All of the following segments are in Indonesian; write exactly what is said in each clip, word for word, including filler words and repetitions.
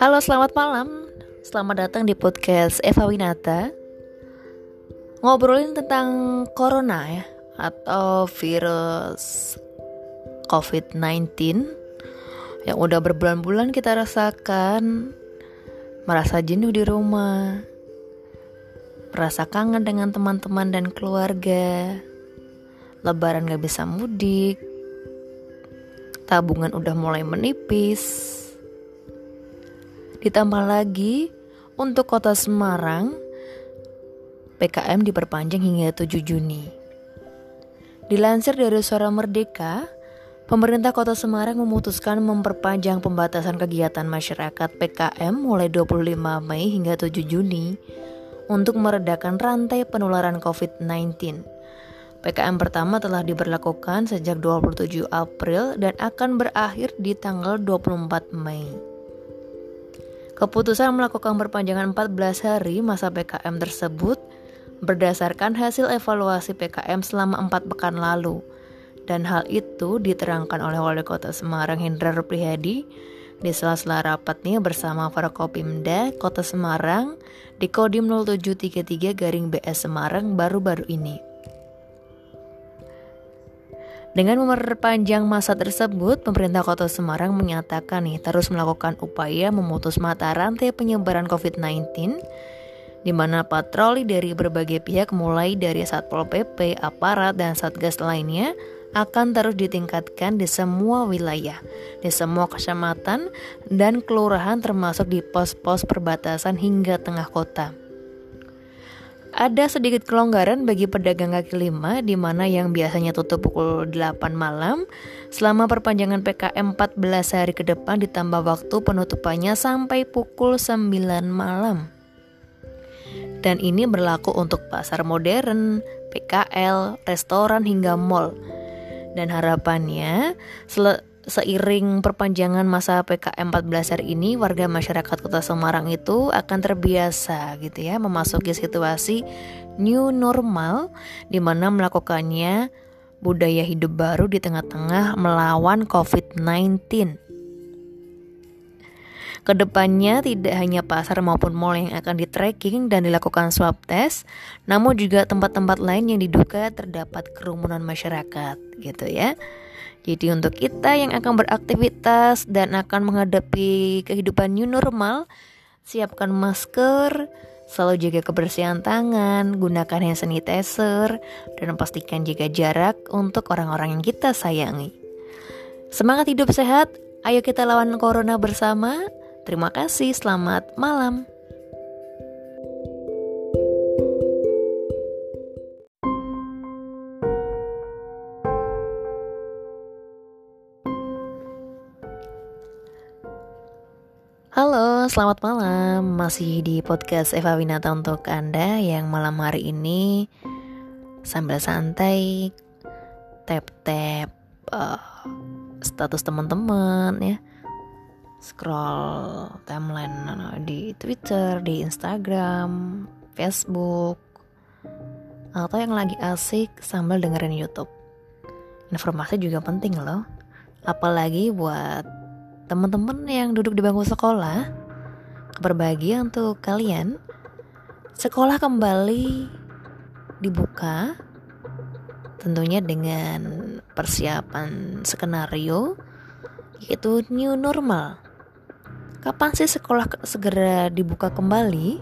Halo, selamat malam. Selamat datang di podcast Eva Winata. Ngobrolin tentang corona ya, atau virus covid sembilan belas yang udah berbulan-bulan kita rasakan. Merasa jenuh di rumah, merasa kangen dengan teman-teman dan keluarga. Lebaran gak bisa mudik, tabungan udah mulai menipis. Ditambah lagi, untuk kota Semarang, P K M diperpanjang hingga tujuh Juni. Dilansir dari Suara Merdeka, pemerintah kota Semarang memutuskan memperpanjang pembatasan kegiatan masyarakat P K M mulai dua puluh lima Mei hingga tujuh Juni untuk meredakan rantai penularan covid sembilan belas. P K M pertama telah diberlakukan sejak dua puluh tujuh April dan akan berakhir di tanggal dua puluh empat Mei. Keputusan melakukan perpanjangan empat belas hari masa P K M tersebut berdasarkan hasil evaluasi P K M selama empat pekan lalu, dan hal itu diterangkan oleh Wali Kota Semarang Hendrar Prihadi di sela-sela rapatnya bersama Forkopimda Kota Semarang di Kodim nol tujuh tiga tiga garing B S Semarang baru-baru ini. Dengan memperpanjang masa tersebut, pemerintah Kota Semarang menyatakan nih terus melakukan upaya memutus mata rantai penyebaran covid sembilan belas, di mana patroli dari berbagai pihak mulai dari Satpol P P, aparat, dan satgas lainnya akan terus ditingkatkan di semua wilayah, di semua kecamatan dan kelurahan termasuk di pos-pos perbatasan hingga tengah kota. Ada sedikit kelonggaran bagi pedagang kaki lima, di mana yang biasanya tutup pukul delapan malam, selama perpanjangan P K M empat belas hari ke depan ditambah waktu penutupannya sampai pukul sembilan malam. Dan ini berlaku untuk pasar modern, P K L, restoran hingga mall. Dan harapannya sel- seiring perpanjangan masa P K M empat belas hari ini, warga masyarakat Kota Semarang itu akan terbiasa gitu ya memasuki situasi new normal, di mana melakukannya budaya hidup baru di tengah-tengah melawan covid sembilan belas. Kedepannya tidak hanya pasar maupun mall yang akan di-tracking dan dilakukan swab test, namun juga tempat-tempat lain yang diduga terdapat kerumunan masyarakat gitu ya. Jadi untuk kita yang akan beraktivitas dan akan menghadapi kehidupan new normal, siapkan masker, selalu jaga kebersihan tangan, gunakan hand sanitizer, dan pastikan jaga jarak untuk orang-orang yang kita sayangi. Semangat hidup sehat, ayo kita lawan corona bersama. Terima kasih, selamat malam. Halo, selamat malam. Masih di podcast Eva Winata untuk Anda yang malam hari ini sambil santai tap-tap uh, status teman-teman ya, scroll timeline di Twitter, di Instagram, Facebook, atau yang lagi asik sambil dengerin YouTube. Informasi juga penting loh, apalagi buat teman-teman yang duduk di bangku sekolah. Berbahagia untuk kalian. Sekolah kembali dibuka, tentunya dengan persiapan skenario, yaitu new normal. Kapan sih sekolah segera dibuka kembali?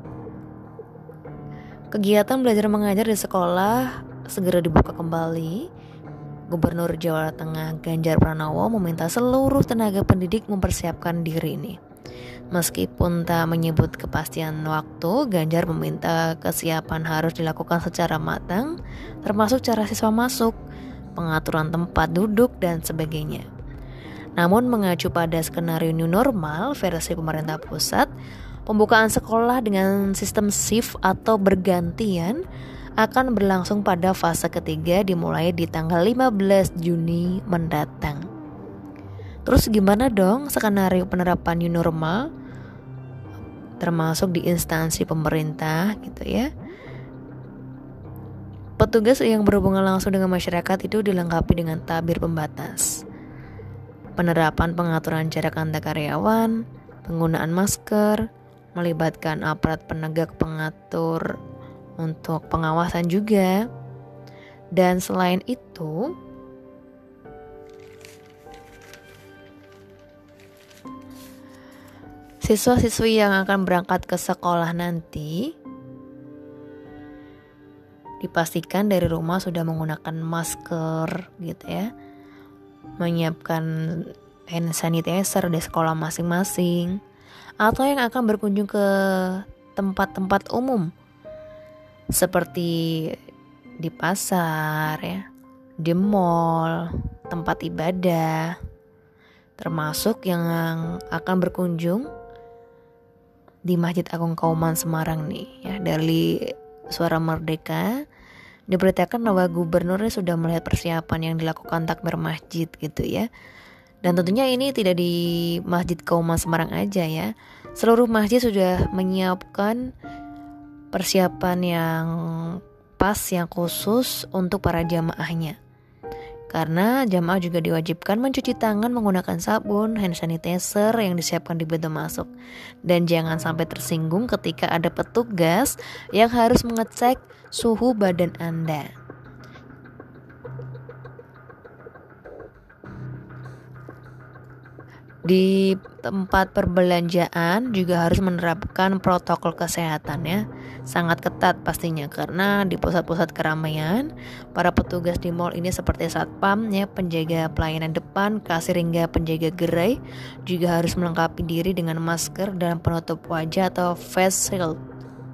Kegiatan belajar mengajar di sekolah segera dibuka kembali. Gubernur Jawa Tengah Ganjar Pranowo meminta seluruh tenaga pendidik mempersiapkan diri ini. Meskipun tak menyebut kepastian waktu, Ganjar meminta kesiapan harus dilakukan secara matang, termasuk cara siswa masuk, pengaturan tempat duduk, dan sebagainya. Namun mengacu pada skenario new normal versi pemerintah pusat, pembukaan sekolah dengan sistem shift atau bergantian akan berlangsung pada fase ketiga dimulai di tanggal lima belas Juni mendatang. Terus gimana dong skenario penerapan new normal termasuk di instansi pemerintah gitu ya? Petugas yang berhubungan langsung dengan masyarakat itu dilengkapi dengan tabir pembatas, penerapan pengaturan jarak antar karyawan, penggunaan masker, melibatkan aparat penegak pengatur untuk pengawasan juga. Dan selain itu, siswa-siswi yang akan berangkat ke sekolah nanti dipastikan dari rumah sudah menggunakan masker gitu ya, menyiapkan hand sanitizer di sekolah masing-masing, atau yang akan berkunjung ke tempat-tempat umum seperti di pasar ya, di mall, tempat ibadah, termasuk yang akan berkunjung di Masjid Agung Kauman Semarang nih ya. Dari Suara Merdeka diberitakan bahwa gubernurnya sudah melihat persiapan yang dilakukan takmir masjid gitu ya. Dan tentunya ini tidak di Masjid Kauman Semarang aja ya. Seluruh masjid sudah menyiapkan persiapan yang pas, yang khusus untuk para jamaahnya. Karena jamaah juga diwajibkan mencuci tangan menggunakan sabun, hand sanitizer yang disiapkan di pintu masuk. Dan jangan sampai tersinggung ketika ada petugas yang harus mengecek suhu badan Anda. Di tempat perbelanjaan juga harus menerapkan protokol kesehatan ya. Sangat ketat pastinya, karena di pusat-pusat keramaian para petugas di mall ini seperti satpam ya, penjaga pelayanan depan, kasir hingga penjaga gerai juga harus melengkapi diri dengan masker dan penutup wajah atau face shield.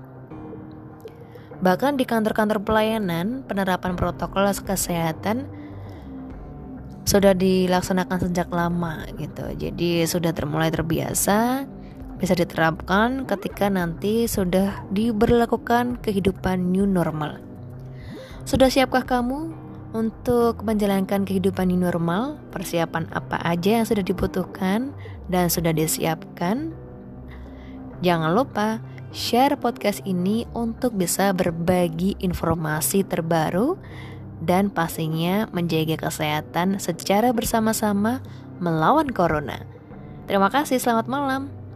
Bahkan di kantor-kantor pelayanan, penerapan protokol kesehatan sudah dilaksanakan sejak lama gitu. Jadi sudah termulai terbiasa, bisa diterapkan ketika nanti sudah diberlakukan kehidupan new normal. Sudah siapkah kamu untuk menjalankan kehidupan new normal? Persiapan apa aja yang sudah dibutuhkan dan sudah disiapkan? Jangan lupa share podcast ini untuk bisa berbagi informasi terbaru dan pastinya menjaga kesehatan secara bersama-sama melawan corona. Terima kasih, selamat malam.